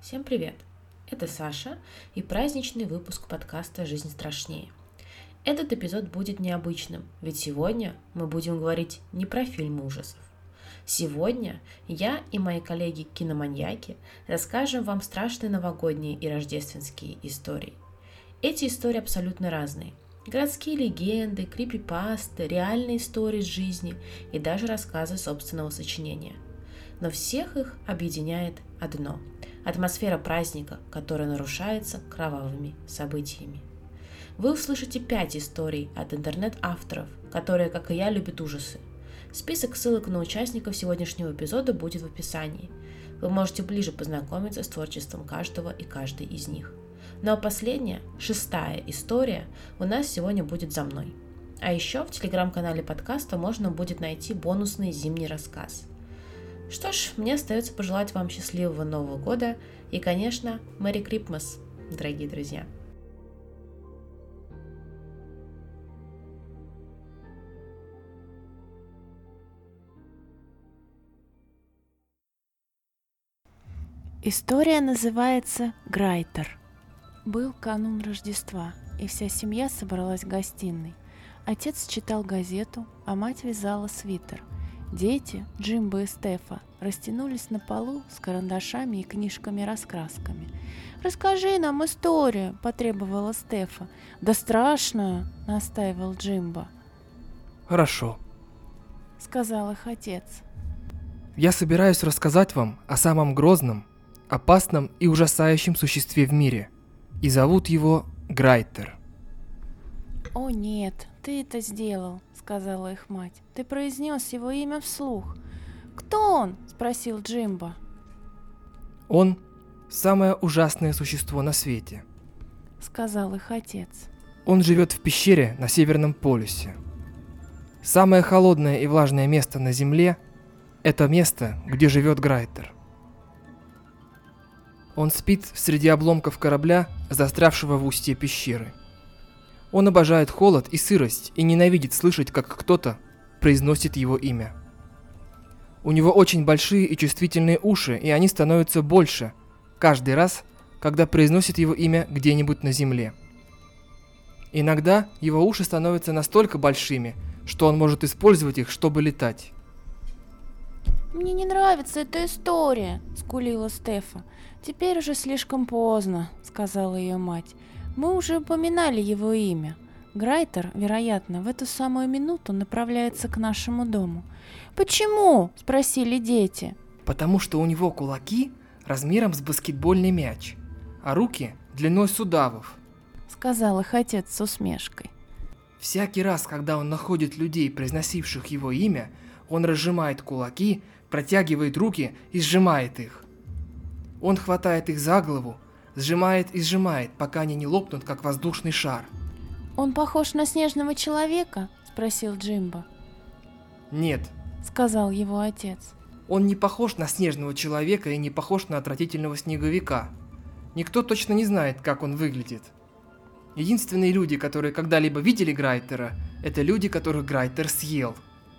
Всем привет! Это Саша и праздничный выпуск подкаста «Жизнь страшнее». Этот эпизод будет необычным, ведь сегодня мы будем говорить не про фильмы ужасов. Сегодня я и мои коллеги-киноманьяки расскажем вам страшные новогодние и рождественские истории. Эти истории абсолютно разные. Городские легенды, крипипасты, реальные истории из жизни и даже рассказы собственного сочинения. Но всех их объединяет одно – атмосфера праздника, которая нарушается кровавыми событиями. Вы услышите 5 историй от интернет-авторов, которые, как и я, любят ужасы. Список ссылок на участников сегодняшнего эпизода будет в описании. Вы можете ближе познакомиться с творчеством каждого и каждой из них. Ну а последняя, 6-я история у нас сегодня будет за мной. А еще в телеграм-канале подкаста можно будет найти бонусный зимний рассказ. Что ж, мне остается пожелать вам счастливого Нового года и, конечно, Merry Christmas, дорогие друзья. История называется «Грайтер». Был канун Рождества, и вся семья собралась в гостиной. Отец читал газету, а мать вязала свитер. Дети, Джимбо и Стефа, растянулись на полу с карандашами и книжками-раскрасками. «Расскажи нам историю», – потребовала Стефа. «Да страшную», – настаивал Джимбо. «Хорошо», – сказал их отец. «Я собираюсь рассказать вам о самом грозном, опасном и ужасающем существе в мире, и зовут его Грайтер». «О нет, ты это сделал», — сказала их мать. «Ты произнес его имя вслух». «Кто он?» — спросил Джимбо. «Он – самое ужасное существо на свете», — сказал их отец. «Он живет в пещере на Северном полюсе. Самое холодное и влажное место на Земле – это место, где живет Грайтер. Он спит среди обломков корабля, застрявшего в устье пещеры. Он обожает холод и сырость и ненавидит слышать, как кто-то произносит его имя. У него очень большие и чувствительные уши, и они становятся больше каждый раз, когда произносит его имя где-нибудь на земле. Иногда его уши становятся настолько большими, что он может использовать их, чтобы летать». «Мне не нравится эта история», — скулила Стефа. «Теперь уже слишком поздно», — сказала ее мать. «Мы уже упоминали его имя. Грайтер, вероятно, в эту самую минуту направляется к нашему дому». «Почему?» – спросили дети. «Потому что у него кулаки размером с баскетбольный мяч, а руки длиной с удавов», – сказал их отец с усмешкой. «Всякий раз, когда он находит людей, произносивших его имя, он разжимает кулаки, протягивает руки и сжимает их. Он хватает их за голову, сжимает и сжимает, пока они не лопнут, как воздушный шар». «Он похож на снежного человека?» – спросил Джимбо. «Нет», – сказал его отец. «Он не похож на снежного человека и не похож на отвратительного снеговика. Никто точно не знает, как он выглядит. Единственные люди, которые когда-либо видели Грайтера, это люди, которых Грайтер съел.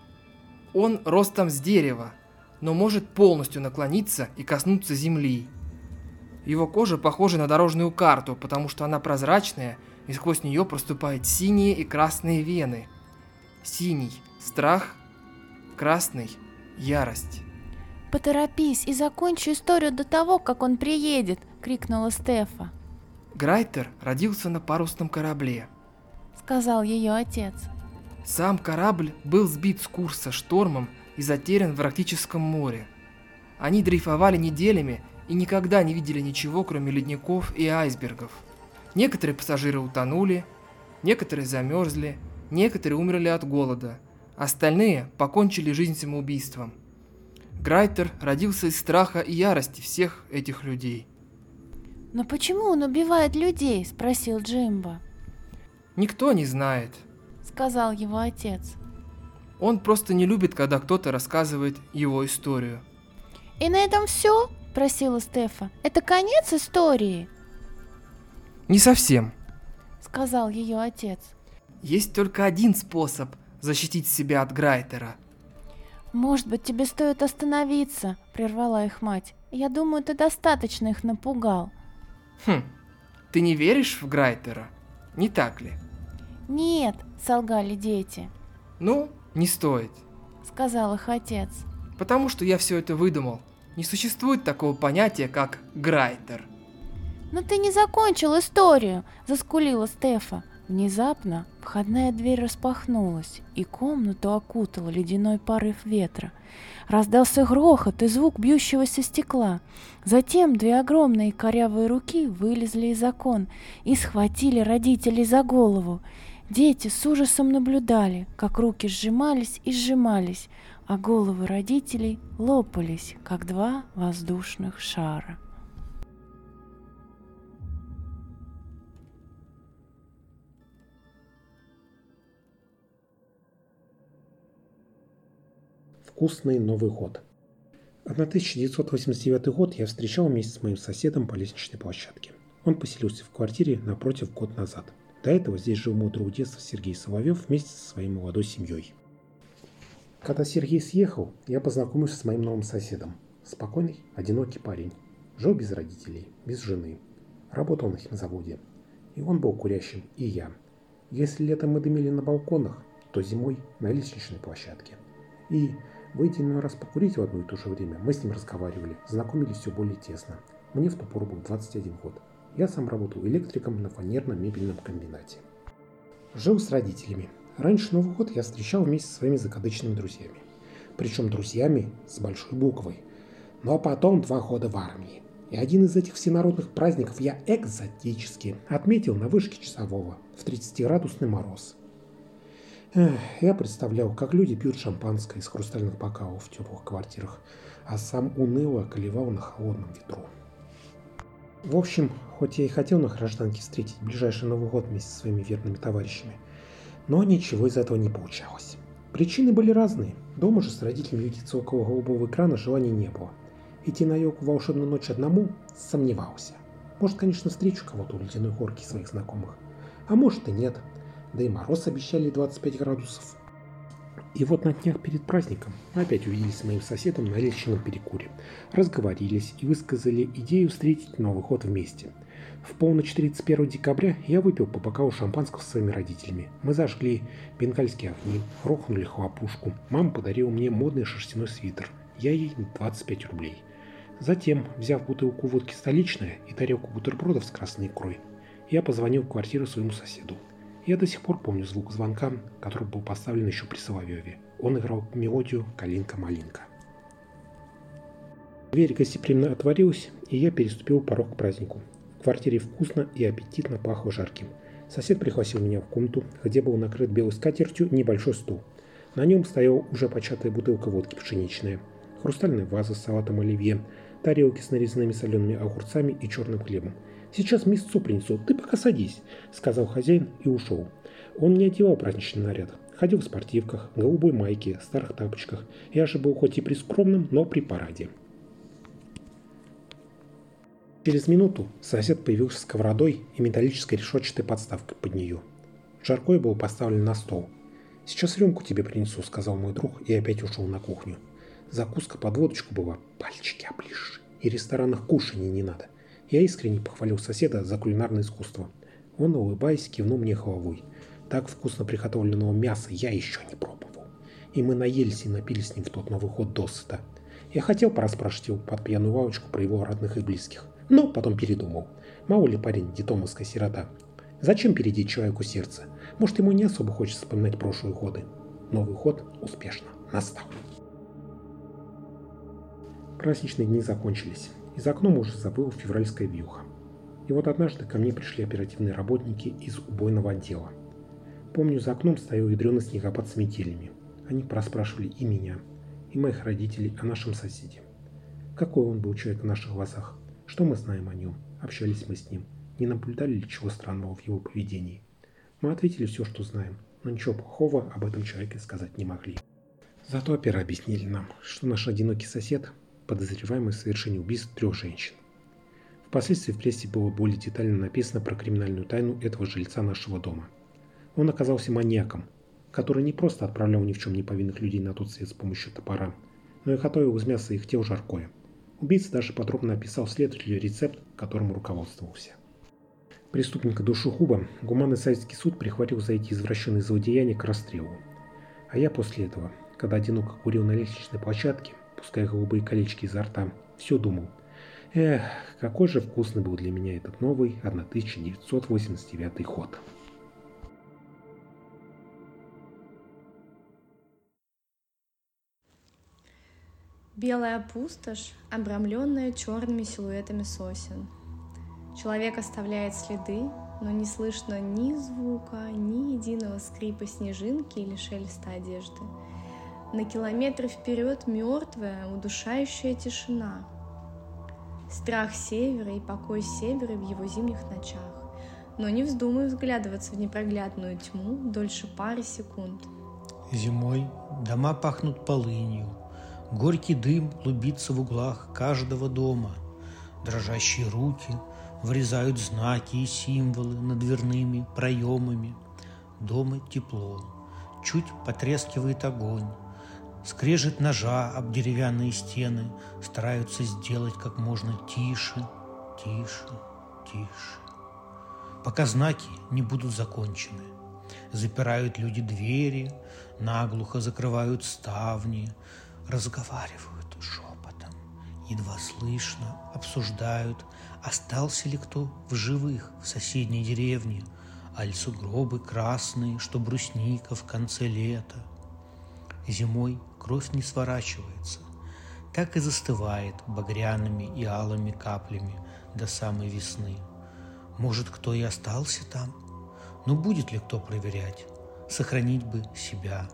Он ростом с дерева, но может полностью наклониться и коснуться земли. Его кожа похожа на дорожную карту, потому что она прозрачная, и сквозь нее проступают синие и красные вены. Синий – страх, красный – ярость». «Поторопись и закончи историю до того, как он приедет!» – крикнула Стефа. «Грайтер родился на парусном корабле», – сказал ее отец. «Сам корабль был сбит с курса штормом и затерян в Арктическом море. Они дрейфовали неделями и никогда не видели ничего, кроме ледников и айсбергов. Некоторые пассажиры утонули, некоторые замерзли, некоторые умерли от голода, остальные покончили жизнь самоубийством. Грайтер родился из страха и ярости всех этих людей». «Но почему он убивает людей?» – спросил Джимбо. «Никто не знает», – сказал его отец. «Он просто не любит, когда кто-то рассказывает его историю». «И на этом все?» – просила Стефа. «Это конец истории?» «Не совсем», – сказал ее отец. «Есть только один способ защитить себя от Грайтера». «Может быть, тебе стоит остановиться?» – прервала их мать. Я думаю, ты достаточно их напугал. Ты не веришь в Грайтера? Не так ли? Нет, солгали дети, Ну, не стоит. сказал их отец. Потому что я все это выдумал. Не существует такого понятия, как Грайтер. Но ты не закончил историю, заскулила Стефа. Внезапно входная дверь распахнулась, и комнату окутал ледяной порыв ветра. Раздался грохот и звук бьющегося стекла. Затем две огромные корявые руки вылезли из окон и схватили родителей за голову. Дети с ужасом наблюдали, как руки сжимались и сжимались, а головы родителей лопались, как два воздушных шара. Вкусный Новый год. 1989 год я встречал вместе с моим соседом по лестничной площадке. Он поселился в квартире напротив год назад. До этого здесь жил мой друг детства Сергей Соловьев вместе со своей молодой семьей. Когда Сергей съехал, я познакомился с моим новым соседом. Спокойный, одинокий парень. Жил без родителей, без жены. Работал на химзаводе. И он был курящим, и я. Если летом мы дымили на балконах, то зимой на лестничной площадке. И, выйдя иной раз покурить в одно и то же время, мы с ним разговаривали, знакомились все более тесно. Мне в ту пору был 21 год. Я сам работал электриком на фанерно-мебельном комбинате. Жил с родителями. Раньше Новый год я встречал вместе со своими закадычными друзьями. Причем друзьями с большой буквой. Но потом 2 года в армии. И один из этих всенародных праздников я экзотически отметил на вышке часового в 30-градусный мороз. Я представлял, как люди пьют шампанское из хрустальных бокалов в теплых квартирах, а сам уныло колевал на холодном ветру. В общем, хоть я и хотел на гражданке встретить ближайший Новый год вместе со своими верными товарищами, но ничего из этого не получалось. Причины были разные. Дома же с родителями ютиться около голубого экрана желания не было. Идти на елку в волшебную ночь одному сомневался. Может, конечно, встречу кого-то у ледяной горки своих знакомых. А может и нет. Да и мороз обещали 25 градусов. И вот на днях перед праздником мы опять увиделись с моим соседом на лестничном перекуре. Разговорились и высказали идею встретить Новый год вместе. В полночь 31 декабря я выпил по бокалу шампанского со своими родителями. Мы зажгли бенгальские огни, грохнули хлопушку. Мама подарила мне модный шерстяной свитер. Я ей 25 рублей. Затем, взяв бутылку водки «Столичная» и тарелку бутербродов с красной икрой, я позвонил в квартиру своему соседу. Я до сих пор помню звук звонка, который был поставлен еще при Соловьеве. Он играл мелодию «Калинка-малинка». Дверь гостеприимно отворилась, и я переступил порог к празднику. В квартире вкусно и аппетитно пахло жарким. Сосед пригласил меня в комнату, где был накрыт белой скатертью небольшой стул. На нем стояла уже початая бутылка водки пшеничная, хрустальная ваза с салатом оливье, тарелки с нарезанными солеными огурцами и черным хлебом. «Сейчас мясцо принесу, ты пока садись», — сказал хозяин и ушел. Он не одевал праздничный наряд. Ходил в спортивках, голубой майке, старых тапочках. Я же был хоть и при скромном, но при параде. Через минуту сосед появился с сковородой и металлической решетчатой подставкой под нее. Жаркое было поставлено на стол. «Сейчас рюмку тебе принесу», — сказал мой друг и опять ушел на кухню. Закуска под водочку была, пальчики оближешь, и ресторанных кушаний не надо. Я искренне похвалил соседа за кулинарное искусство. Он, улыбаясь, кивнул мне головой. Так вкусно приготовленного мяса я еще не пробовал. И мы наелись и напились с ним в тот Новый год досыта. Я хотел порасспрашивать его под пьяную лавочку про его родных и близких, но потом передумал. Мало ли парень детдомовская сирота. Зачем перейти человеку сердце? Может, ему не особо хочется вспоминать прошлые годы. Новый год успешно настал. Праздничные дни закончились. И за окном уже забыла февральская вьюха. И вот однажды ко мне пришли оперативные работники из убойного отдела. Помню, за окном стоял ядреный снегопад с метелями. Они проспрашивали и меня, и моих родителей о нашем соседе. Какой он был человек в наших глазах? Что мы знаем о нем? Общались мы с ним? Не наблюдали ли чего странного в его поведении? Мы ответили все, что знаем, но ничего плохого об этом человеке сказать не могли. Зато оперы объяснили нам, что наш одинокий сосед – подозреваемый в совершении убийств 3 женщин. Впоследствии в прессе было более детально написано про криминальную тайну этого жильца нашего дома. Он оказался маньяком, который не просто отправлял ни в чем не повинных людей на тот свет с помощью топора, но и готовил из мяса их тел жаркое. Убийца даже подробно описал следователю рецепт, которым руководствовался. Преступника душегуба гуманный советский суд прихватил за эти извращенные злодеяния к расстрелу. А я после этого, когда одиноко курил на лестничной площадке, пуская голубые колечки изо рта, все думал: эх, какой же вкусный был для меня этот новый 1989 год. Белая пустошь, обрамленная черными силуэтами сосен. Человек оставляет следы, но не слышно ни звука, ни единого скрипа снежинки или шелеста одежды. На километры вперед мертвая, удушающая тишина. Страх севера и покой севера в его зимних ночах. Но не вздумай взглядываться в непроглядную тьму дольше пары секунд. Зимой дома пахнут полынью. Горький дым клубится в углах каждого дома. Дрожащие руки вырезают знаки и символы над дверными проемами. Дома тепло, чуть потрескивает огонь. Скрежет ножа об деревянные стены, стараются сделать как можно тише, тише, тише. Пока знаки не будут закончены. Запирают люди двери, наглухо закрывают ставни, разговаривают шепотом, едва слышно, обсуждают, остался ли кто в живых в соседней деревне, аль сугробы красные, что брусника в конце лета. Зимой кровь не сворачивается, так и застывает багряными и алыми каплями до самой весны. Может, кто и остался там, но будет ли кто проверять? Сохранить бы себя.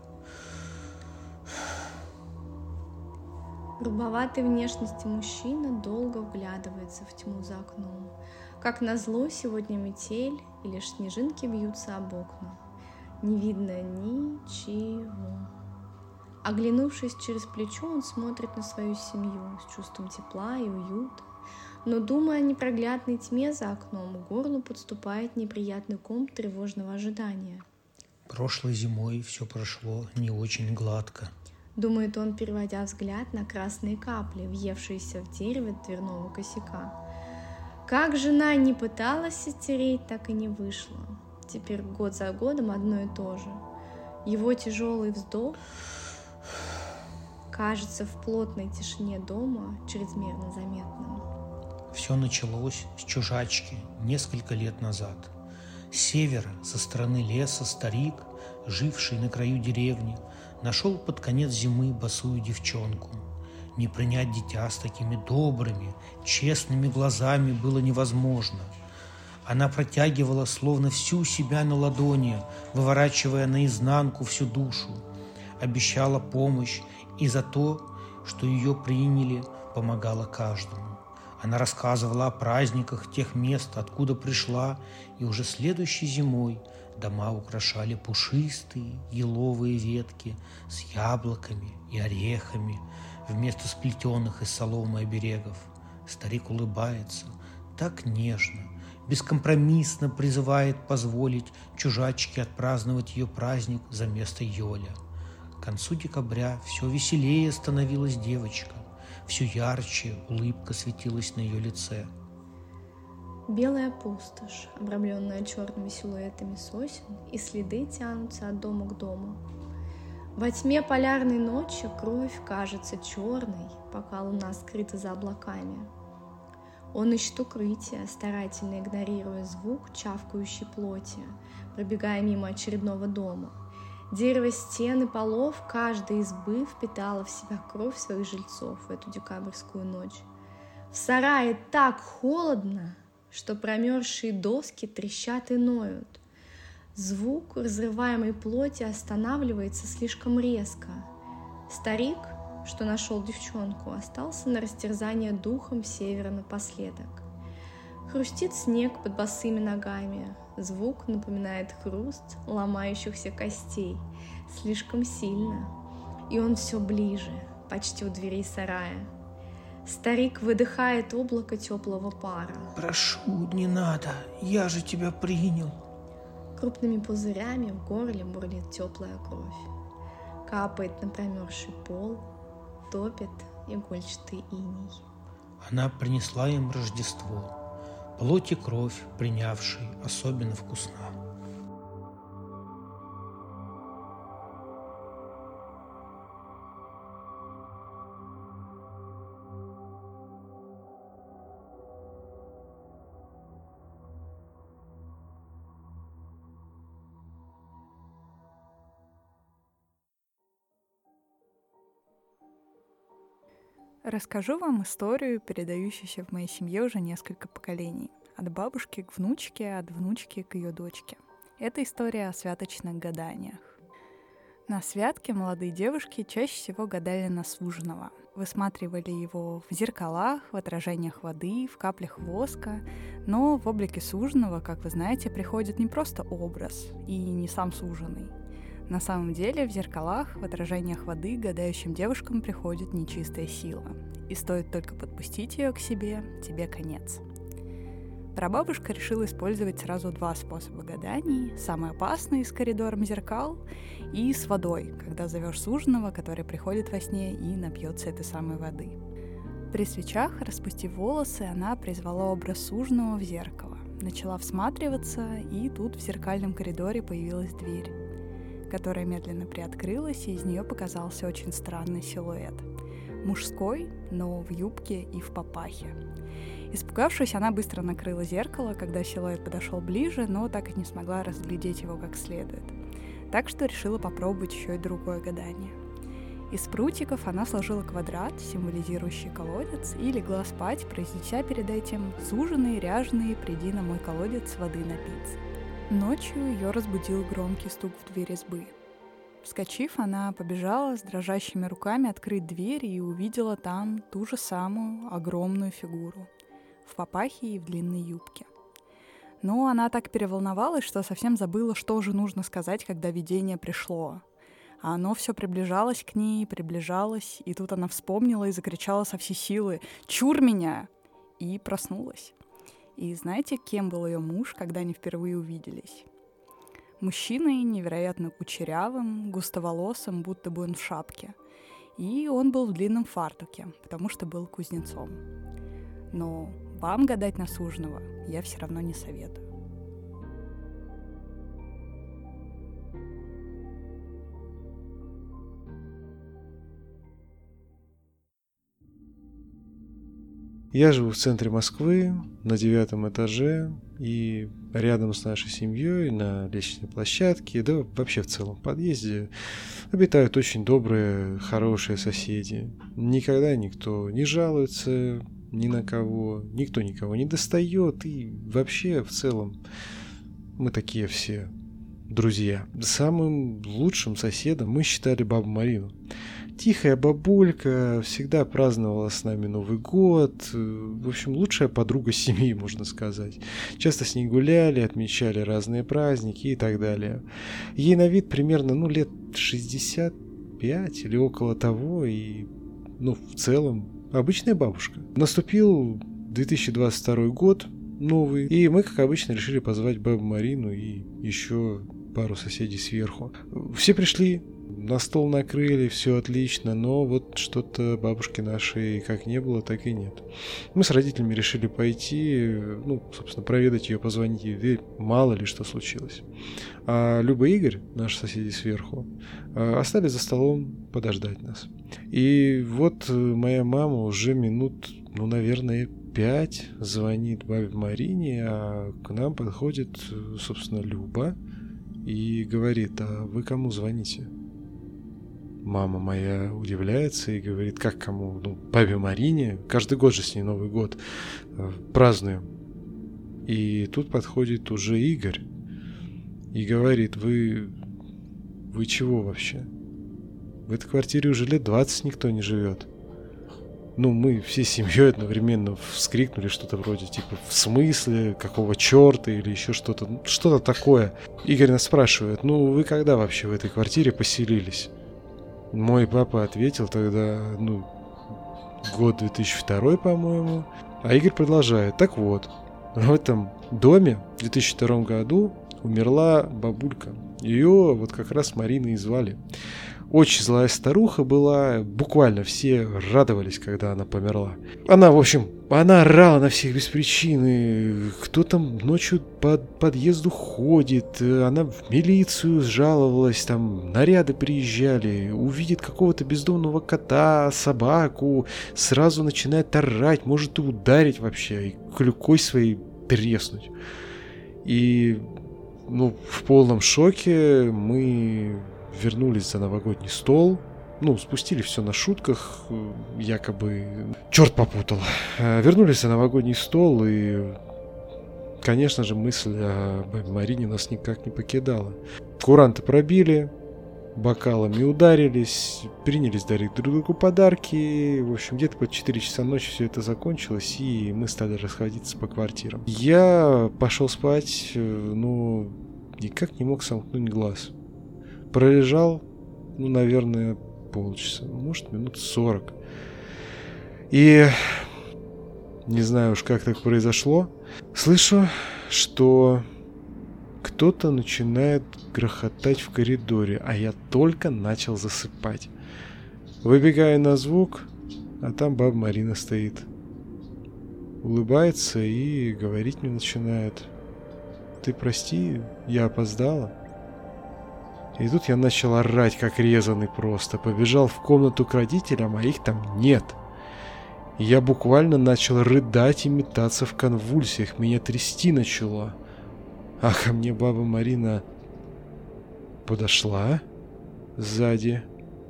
Грубоватой внешности мужчина долго вглядывается в тьму за окном. Как назло, сегодня метель, и лишь снежинки бьются об окна. Не видно ничего. Оглянувшись через плечо, он смотрит на свою семью с чувством тепла и уюта. Но, думая о непроглядной тьме за окном, к горлу подступает неприятный ком тревожного ожидания. Прошлой зимой все прошло не очень гладко. Думает он, переводя взгляд на красные капли, въевшиеся в дерево дверного косяка. Как жена не пыталась оттереть, так и не вышло. Теперь год за годом одно и то же. Его тяжелый вздох кажется в плотной тишине дома чрезмерно заметным. Все началось с чужачки несколько лет назад. С севера, со стороны леса, старик, живший на краю деревни, нашел под конец зимы босую девчонку. Не принять дитя с такими добрыми, честными глазами было невозможно. Она протягивала словно всю себя на ладони, выворачивая наизнанку всю душу. Обещала помощь и за то, что ее приняли, помогала каждому. Она рассказывала о праздниках тех мест, откуда пришла, и уже следующей зимой дома украшали пушистые еловые ветки с яблоками и орехами вместо сплетенных из соломы оберегов. Старик улыбается так нежно, бескомпромиссно призывает позволить чужачке отпраздновать ее праздник за место Йоля. К концу декабря все веселее становилась девочка, все ярче улыбка светилась на ее лице. Белая пустошь, обрамленная черными силуэтами сосен, и следы тянутся от дома к дому. Во тьме полярной ночи кровь кажется черной, пока луна скрыта за облаками. Он ищет укрытие, старательно игнорируя звук чавкающей плоти, пробегая мимо очередного дома. Дерево стен и полов каждой избы впитало в себя кровь своих жильцов в эту декабрьскую ночь. В сарае так холодно, что промерзшие доски трещат и ноют. Звук разрываемой плоти останавливается слишком резко. Старик, что нашел девчонку, остался на растерзание духом севера напоследок. Хрустит снег под босыми ногами. Звук напоминает хруст ломающихся костей. Слишком сильно. И он все ближе, почти у дверей сарая. Старик выдыхает облако теплого пара. «Прошу, не надо, я же тебя принял». Крупными пузырями в горле бурлит теплая кровь. Капает на промерзший пол, топит игольчатый иней. она принесла им Рождество. Плоть и кровь, принявший, особенно вкусна. Расскажу вам историю, передающуюся в моей семье уже несколько поколений. От бабушки к внучке, от внучки к ее дочке. Это история о святочных гаданиях. На святке молодые девушки чаще всего гадали на суженого. Высматривали его в зеркалах, в отражениях воды, в каплях воска. Но в облике суженого, как вы знаете, приходит не просто образ и не сам суженый. На самом деле в зеркалах, в отражениях воды гадающим девушкам приходит нечистая сила. И стоит только подпустить ее к себе, тебе конец. Прабабушка решила использовать сразу два способа гаданий. Самый опасный с коридором зеркал и с водой, когда зовешь суженого, который приходит во сне и напьется этой самой воды. При свечах, распустив волосы, она призвала образ суженого в зеркало. Начала всматриваться, и тут в зеркальном коридоре появилась дверь, которая медленно приоткрылась, и из нее показался очень странный силуэт. Мужской, но в юбке и в папахе. Испугавшись, она быстро накрыла зеркало, когда силуэт подошел ближе, но так и не смогла разглядеть его как следует. Так что решила попробовать еще и другое гадание. Из прутиков она сложила квадрат, символизирующий колодец, и легла спать, произнеся перед этим: «Суженый, ряженый, приди на мой колодец воды напиться». Ночью ее разбудил громкий стук в дверь избы. Вскочив, она побежала с дрожащими руками открыть дверь и увидела там ту же самую огромную фигуру в папахе и в длинной юбке. Но она так переволновалась, что совсем забыла, что же нужно сказать, когда видение пришло. А оно все приближалось к ней, приближалось, и тут она вспомнила и закричала со всей силы: «Чур меня!» и проснулась. И знаете, кем был ее муж, когда они впервые увиделись? Мужчиной невероятно кучерявым, густоволосым, будто бы он в шапке. И он был в длинном фартуке, потому что был кузнецом. Но вам гадать на суженого я все равно не советую. Я живу в центре Москвы, на 9 этаже, и рядом с нашей семьей на лестничной площадке, да вообще в целом в подъезде, обитают очень добрые, хорошие соседи. Никогда никто не жалуется ни на кого, никто никого не достает, и вообще в целом мы такие все друзья. Самым лучшим соседом мы считали бабу Марину. Тихая бабулька, всегда праздновала с нами Новый год. В общем, лучшая подруга семьи, можно сказать. Часто с ней гуляли, отмечали разные праздники и так далее. Ей на вид примерно, лет 65 или около того. И, в целом, обычная бабушка. Наступил 2022 год, новый. И мы, как обычно, решили позвать бабу Марину и еще пару соседей сверху. Все пришли. На стол накрыли, все отлично, но вот что-то бабушки нашей как не было, так и нет. Мы с родителями решили пойти, собственно, проведать ее, позвонить ей, ведь мало ли что случилось. А Люба и Игорь, наши соседи сверху, остались за столом подождать нас. И вот моя мама уже минут, наверное, 5 звонит бабе Марине, а к нам подходит, собственно, Люба и говорит: «А вы кому звоните?» Мама моя удивляется и говорит: «Как кому? Бабе Марине. Каждый год же с ней Новый год празднуем». И тут подходит уже Игорь и говорит: «Вы чего вообще? В этой квартире уже лет 20 никто не живет». Мы всей семьей одновременно вскрикнули что-то вроде типа: «В смысле? Какого черта?» или еще что-то. Что-то такое. Игорь нас спрашивает: «Вы когда вообще в этой квартире поселились?» Мой папа ответил тогда, год 2002, по-моему. А Игорь продолжает: «Так вот, в этом доме в 2002 году умерла бабулька. Ее вот как раз Мариной и звали. очень злая старуха была, буквально все радовались, когда она померла. Она, в общем, она орала на всех без причины, кто там ночью по подъезду ходит, она в милицию жаловалась, там наряды приезжали, увидит какого-то бездомного кота, собаку, сразу начинает орать, может и ударить вообще, и клюкой своей треснуть. И, в полном шоке мы вернулись за новогодний стол. Спустили все на шутках, якобы черт попутал. Вернулись за новогодний стол, и, конечно же, мысль о бабе Марине нас никак не покидала. Куранты пробили, бокалами ударились, принялись дарить друг другу подарки. В общем, где-то под 4 часа ночи все это закончилось, и мы стали расходиться по квартирам. Я пошел спать, но никак не мог сомкнуть глаз. Пролежал, наверное, полчаса, может, минут 40. И не знаю уж, как так произошло. Слышу, что кто-то начинает грохотать в коридоре, а я только начал засыпать. Выбегаю на звук, а там баба Марина стоит. Улыбается и говорить мне начинает: «Ты прости, я опоздала». И тут я начал орать, как резаный просто. Побежал в комнату к родителям, а их там нет. И я буквально начал рыдать и метаться в конвульсиях. Меня трясти начало. А ко мне баба Марина подошла сзади.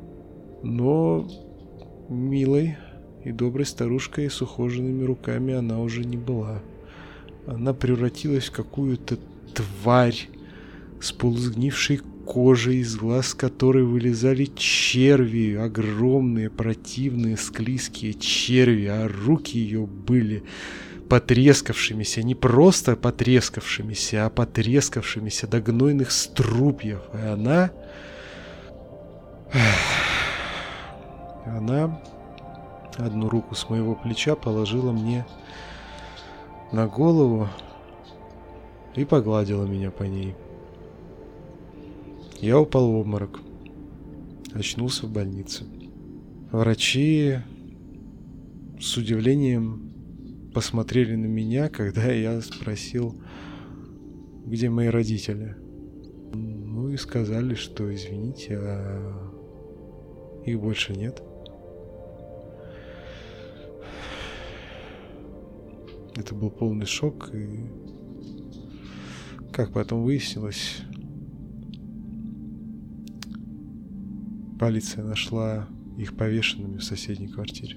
Но милой и доброй старушкой с ухоженными руками она уже не была. Она превратилась в какую-то тварь с полусгнившей кожей, из глаз которой вылезали черви, огромные, противные, склизкие черви, а руки ее были потрескавшимися, не просто потрескавшимися, а потрескавшимися до гнойных струпьев. И она одну руку с моего плеча положила мне на голову и погладила меня по ней. Я упал в обморок. Очнулся в больнице. Врачи с удивлением посмотрели на меня, когда я спросил, где мои родители. И сказали, что извините, а их больше нет. Это был полный шок, и, как потом выяснилось, полиция нашла их повешенными в соседней квартире.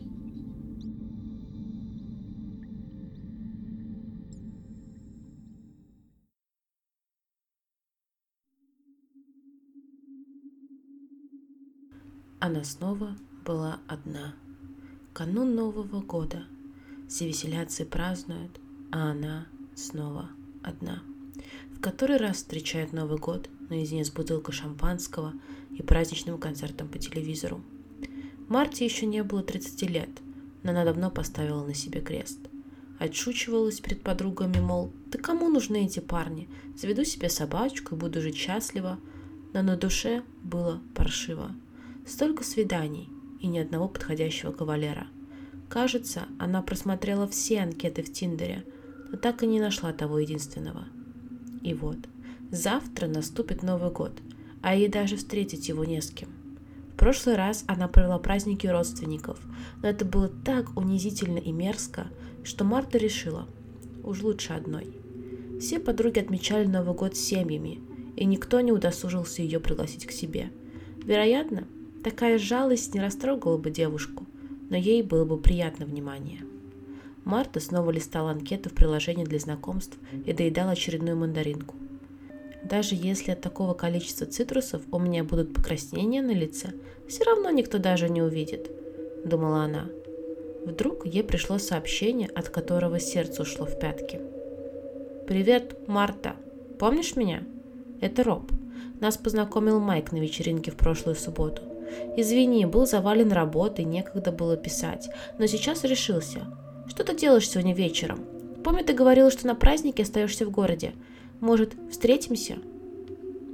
Она снова была одна. Канун Нового года. Все веселятся и празднуют, а она снова одна. В который раз встречает Новый год наедине с бутылкой шампанского и праздничным концертом по телевизору. Марте еще не было 30 лет, но она давно поставила на себе крест. Отшучивалась перед подругами, мол, да кому нужны эти парни? Заведу себе собачку и буду жить счастливо. Но на душе было паршиво. Столько свиданий и ни одного подходящего кавалера. Кажется, она просмотрела все анкеты в Тиндере, но так и не нашла того единственного. И вот, завтра наступит Новый год, а ей даже встретить его не с кем. В прошлый раз она провела праздники родственников, но это было так унизительно и мерзко, что Марта решила, уж лучше одной. Все подруги отмечали Новый год с семьями, и никто не удосужился ее пригласить к себе. Вероятно, такая жалость не растрогала бы девушку, но ей было бы приятно внимание. Марта снова листала анкету в приложении для знакомств и доедала очередную мандаринку. Даже если от такого количества цитрусов у меня будут покраснения на лице, все равно никто даже не увидит, думала она. Вдруг ей пришло сообщение, от которого сердце ушло в пятки. «Привет, Марта. Помнишь меня? Это Роб. Нас познакомил Майк на вечеринке в прошлую субботу. Извини, был завален работой, некогда было писать, но сейчас решился. Что ты делаешь сегодня вечером? Помню, ты говорила, что на празднике остаешься в городе. Может, встретимся?»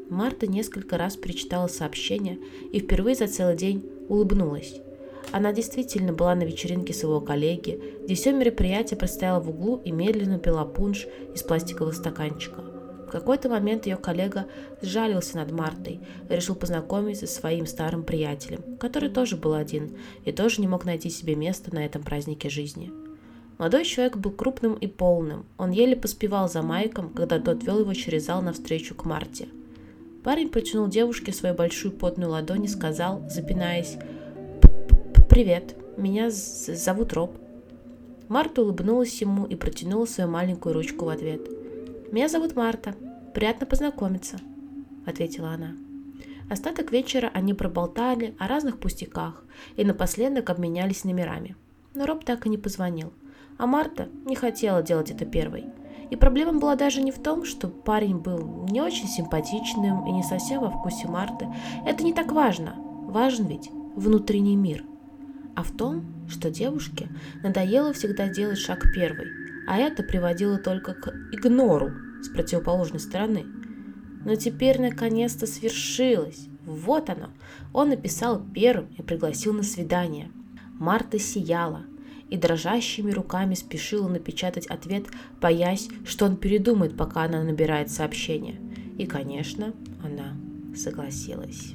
Марта несколько раз перечитала сообщение и впервые за целый день улыбнулась. Она действительно была на вечеринке своего коллеги, где все мероприятие простояло в углу и медленно пила пунш из пластикового стаканчика. В какой-то момент ее коллега сжалился над Мартой и решил познакомиться со своим старым приятелем, который тоже был один и тоже не мог найти себе места на этом празднике жизни. Молодой человек был крупным и полным, он еле поспевал за Майком, когда тот вел его через зал навстречу к Марте. Парень протянул девушке свою большую потную ладонь и сказал, запинаясь: «Привет, меня зовут Роб». Марта улыбнулась ему и протянула свою маленькую ручку в ответ. «Меня зовут Марта. Приятно познакомиться», — ответила она. Остаток вечера они проболтали о разных пустяках и напоследок обменялись номерами. Но Роб так и не позвонил, а Марта не хотела делать это первой. И проблема была даже не в том, что парень был не очень симпатичным и не совсем во вкусе Марты. Это не так важно. Важен ведь внутренний мир. А в том, что девушке надоело всегда делать шаг первый, а это приводило только к игнору с противоположной стороны. Но теперь наконец-то свершилось. Вот оно. Он написал первым и пригласил на свидание. Марта сияла и дрожащими руками спешила напечатать ответ, боясь, что он передумает, пока она набирает сообщение. И, конечно, она согласилась.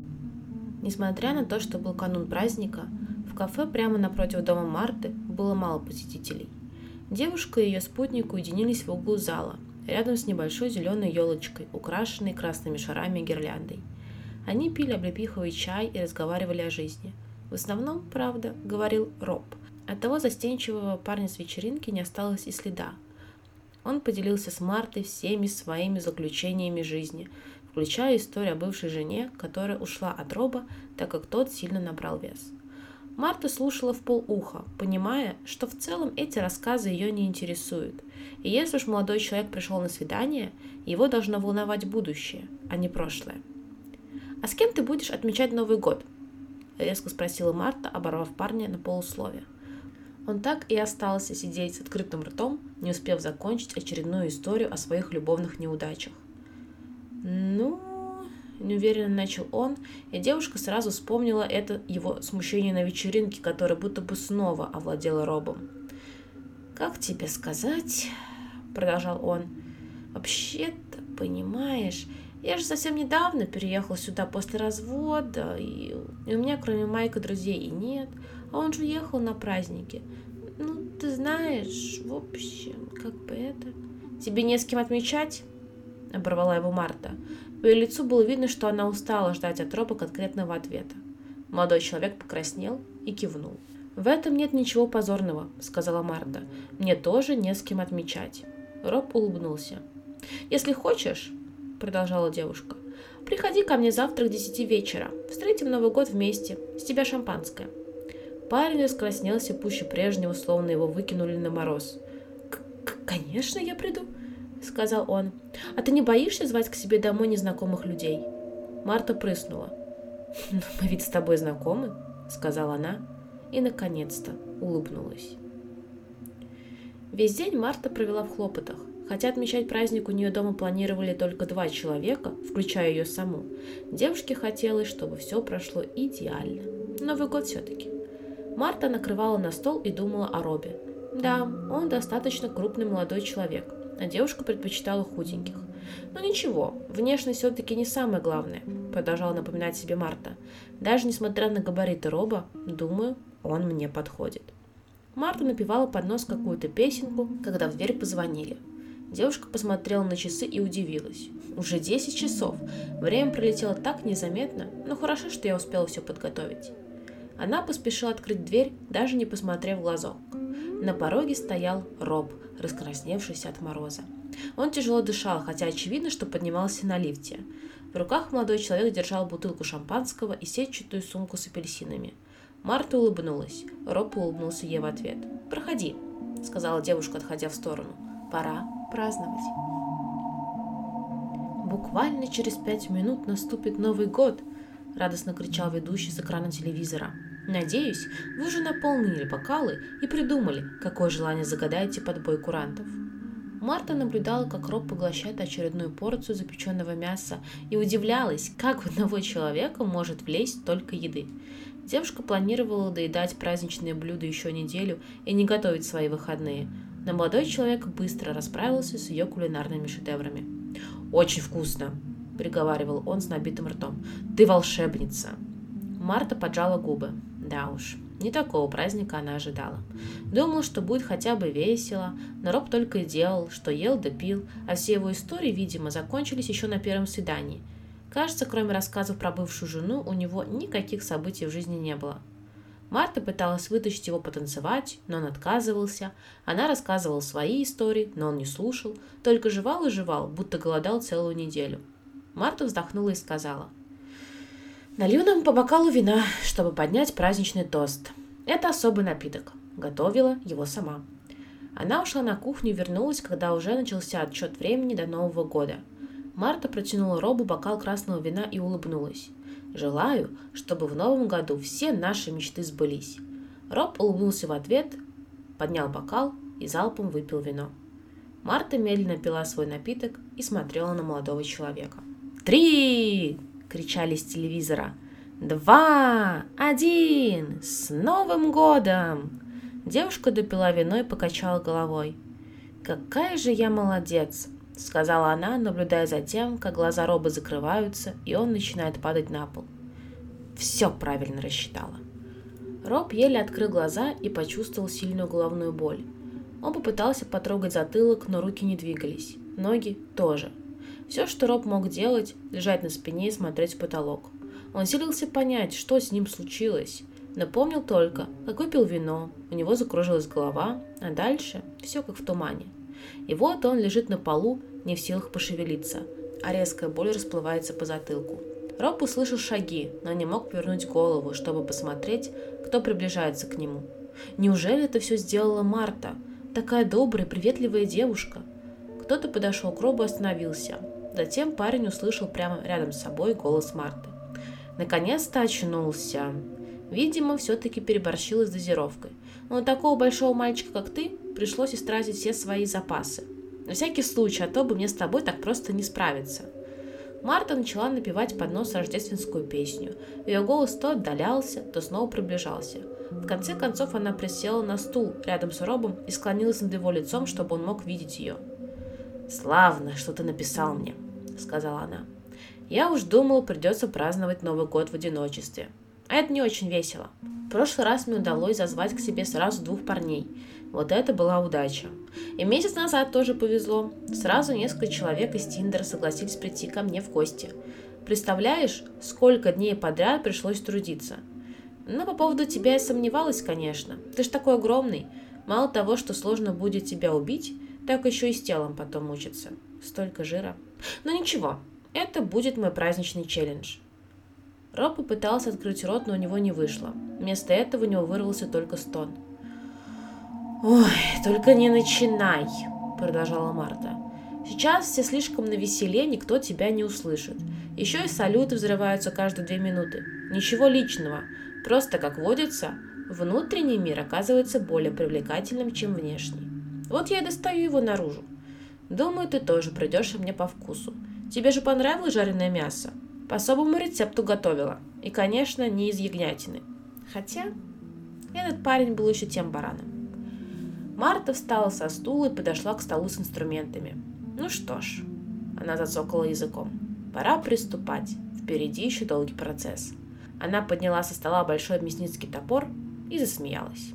Несмотря на то, что был канун праздника, в кафе прямо напротив дома Марты было мало посетителей. Девушка и ее спутник уединились в углу зала, рядом с небольшой зеленой елочкой, украшенной красными шарами и гирляндой. Они пили облепиховый чай и разговаривали о жизни. В основном, правда, говорил Роб. От того застенчивого парня с вечеринки не осталось и следа. Он поделился с Мартой всеми своими заключениями жизни, включая историю о бывшей жене, которая ушла от Роба, так как тот сильно набрал вес. Марта слушала вполуха, понимая, что в целом эти рассказы ее не интересуют. И если уж молодой человек пришел на свидание, его должно волновать будущее, а не прошлое. «А с кем ты будешь отмечать Новый год?» — резко спросила Марта, оборвав парня на полусловие. Он так и остался сидеть с открытым ртом, не успев закончить очередную историю о своих любовных неудачах. Неуверенно начал он, и девушка сразу вспомнила это его смущение на вечеринке, которое будто бы снова овладело Робом. «Как тебе сказать?» — продолжал он. «Вообще-то, понимаешь, я же совсем недавно переехал сюда после развода, и у меня кроме Майка друзей и нет, а он же уехал на праздники. Ты знаешь, в общем, как бы это...» «Тебе не с кем отмечать?» — оборвала его Марта. По ее лицу было видно, что она устала ждать от Роба конкретного ответа. Молодой человек покраснел и кивнул. «В этом нет ничего позорного», — сказала Марта. «Мне тоже не с кем отмечать». Роб улыбнулся. «Если хочешь», — продолжала девушка, — «приходи ко мне завтра к 10 вечера. Встретим Новый год вместе. С тебя шампанское». Парень раскраснелся пуще прежнего, словно его выкинули на мороз. «Конечно, я приду», — сказал он. «А ты не боишься звать к себе домой незнакомых людей?» Марта прыснула. «Мы ведь с тобой знакомы», — сказала она и, наконец-то, улыбнулась. Весь день Марта провела в хлопотах. Хотя отмечать праздник у нее дома планировали только 2 человека, включая ее саму, девушке хотелось, чтобы все прошло идеально. Новый год все-таки. Марта накрывала на стол и думала о Робе. Да, он достаточно крупный молодой человек, а девушка предпочитала худеньких. Но ничего, внешность все-таки не самое главное, продолжала напоминать себе Марта. Даже несмотря на габариты Роба, думаю, он мне подходит. Марта напевала под нос какую-то песенку, когда в дверь позвонили. Девушка посмотрела на часы и удивилась. Уже 10 часов. Время пролетело так незаметно, но хорошо, что я успела все подготовить. Она поспешила открыть дверь, даже не посмотрев в глазок. На пороге стоял Роб, раскрасневшийся от мороза. Он тяжело дышал, хотя очевидно, что поднимался на лифте. В руках молодой человек держал бутылку шампанского и сетчатую сумку с апельсинами. Марта улыбнулась. Роб улыбнулся ей в ответ. «Проходи», — сказала девушка, отходя в сторону. «Пора праздновать». «Буквально через 5 минут наступит Новый год», — радостно кричал ведущий с экрана телевизора. «Надеюсь, вы уже наполнили бокалы и придумали, какое желание загадаете под бой курантов». Марта наблюдала, как Роб поглощает очередную порцию запеченного мяса и удивлялась, как в одного человека может влезть столько еды. Девушка планировала доедать праздничные блюда еще неделю и не готовить свои выходные, но молодой человек быстро расправился с ее кулинарными шедеврами. «Очень вкусно!» – приговаривал он с набитым ртом. «Ты волшебница!» Марта поджала губы. Да уж, не такого праздника она ожидала. Думала, что будет хотя бы весело, но Роб только и делал, что ел да пил, а все его истории, видимо, закончились еще на первом свидании. Кажется, кроме рассказов про бывшую жену, у него никаких событий в жизни не было. Марта пыталась вытащить его потанцевать, но он отказывался. Она рассказывала свои истории, но он не слушал, только жевал и жевал, будто голодал целую неделю. Марта вздохнула и сказала: «Налью нам по бокалу вина, чтобы поднять праздничный тост. Это особый напиток. Готовила его сама». Она ушла на кухню и вернулась, когда уже начался отсчет времени до Нового года. Марта протянула Робу бокал красного вина и улыбнулась. «Желаю, чтобы в новом году все наши мечты сбылись». Роб улыбнулся в ответ, поднял бокал и залпом выпил вино. Марта медленно пила свой напиток и смотрела на молодого человека. «3!» — кричали с телевизора. «2! 1! С Новым годом!» Девушка допила вино и покачала головой. «Какая же я молодец!» — сказала она, наблюдая за тем, как глаза Роба закрываются, и он начинает падать на пол. Все правильно рассчитала. Роб еле открыл глаза и почувствовал сильную головную боль. Он попытался потрогать затылок, но руки не двигались, ноги тоже. Все, что Роб мог делать, лежать на спине и смотреть в потолок. Он силился понять, что с ним случилось, но помнил только, как выпил вино, у него закружилась голова, а дальше все как в тумане. И вот он лежит на полу, не в силах пошевелиться, а резкая боль расплывается по затылку. Роб услышал шаги, но не мог повернуть голову, чтобы посмотреть, кто приближается к нему. Неужели это все сделала Марта? Такая добрая, приветливая девушка. Кто-то подошел к Робу и остановился. Затем парень услышал прямо рядом с собой голос Марты. Наконец-то очнулся. Видимо, все-таки переборщила с дозировкой. Но на такого большого мальчика, как ты, пришлось истратить все свои запасы. На всякий случай, а то бы мне с тобой так просто не справиться. Марта начала напевать под нос рождественскую песню. Ее голос то отдалялся, то снова приближался. В конце концов она присела на стул рядом с Робом и склонилась над его лицом, чтобы он мог видеть ее. «Славно, что ты написал мне», — сказала она. «Я уж думала, придется праздновать Новый год в одиночестве. А это не очень весело. В прошлый раз мне удалось зазвать к себе сразу 2 парней. Вот это была удача. И месяц назад тоже повезло. Сразу несколько человек из Тиндера согласились прийти ко мне в гости. Представляешь, сколько дней подряд пришлось трудиться. Но по поводу тебя я сомневалась, конечно. Ты ж такой огромный. Мало того, что сложно будет тебя убить, так еще и с телом потом мучиться. Столько жира. Но ничего, это будет мой праздничный челлендж». Роб попытался открыть рот, но у него не вышло. Вместо этого у него вырвался только стон. «Ой, только не начинай», — продолжала Марта. «Сейчас все слишком навеселе, никто тебя не услышит. Еще и салюты взрываются каждые 2 минуты. Ничего личного. Просто, как водится, внутренний мир оказывается более привлекательным, чем внешний. Вот я и достаю его наружу. Думаю, ты тоже придешь мне по вкусу. Тебе же понравилось жареное мясо? По особому рецепту готовила. И, конечно, не из ягнятины. Хотя этот парень был еще тем бараном». Марта встала со стула и подошла к столу с инструментами. «Ну что ж», — она зацокала языком, — «пора приступать. Впереди еще долгий процесс». Она подняла со стола большой мясницкий топор и засмеялась.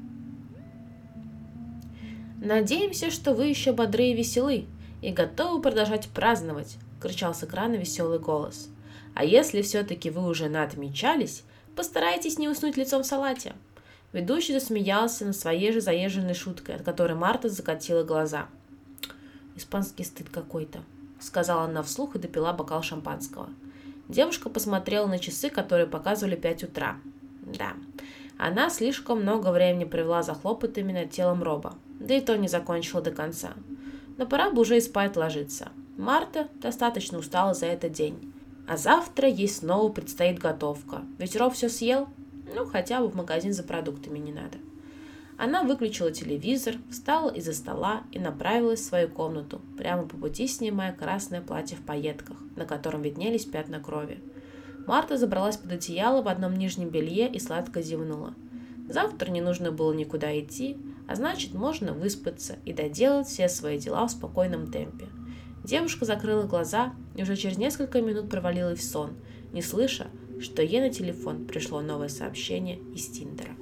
«Надеемся, что вы еще бодры и веселы и готовы продолжать праздновать», — кричал с экрана веселый голос. «А если все-таки вы уже наотмечались, постарайтесь не уснуть лицом в салате». Ведущий засмеялся над своей же заезженной шуткой, от которой Марта закатила глаза. «Испанский стыд какой-то», — сказала она вслух и допила бокал шампанского. Девушка посмотрела на часы, которые показывали 5 утра. Да, она слишком много времени провела за хлопотами над телом Роба, да и то не закончила до конца. Но пора бы уже и спать ложиться. Марта достаточно устала за этот день. А завтра ей снова предстоит готовка. Ведь Роб все съел, ну хотя бы в магазин за продуктами не надо. Она выключила телевизор, встала из-за стола и направилась в свою комнату, прямо по пути снимая красное платье в пайетках, на котором виднелись пятна крови. Марта забралась под одеяло в одном нижнем белье и сладко зевнула. Завтра не нужно было никуда идти, а значит, можно выспаться и доделать все свои дела в спокойном темпе. Девушка закрыла глаза и уже через несколько минут провалилась в сон, не слыша, что ей на телефон пришло новое сообщение из Тиндера.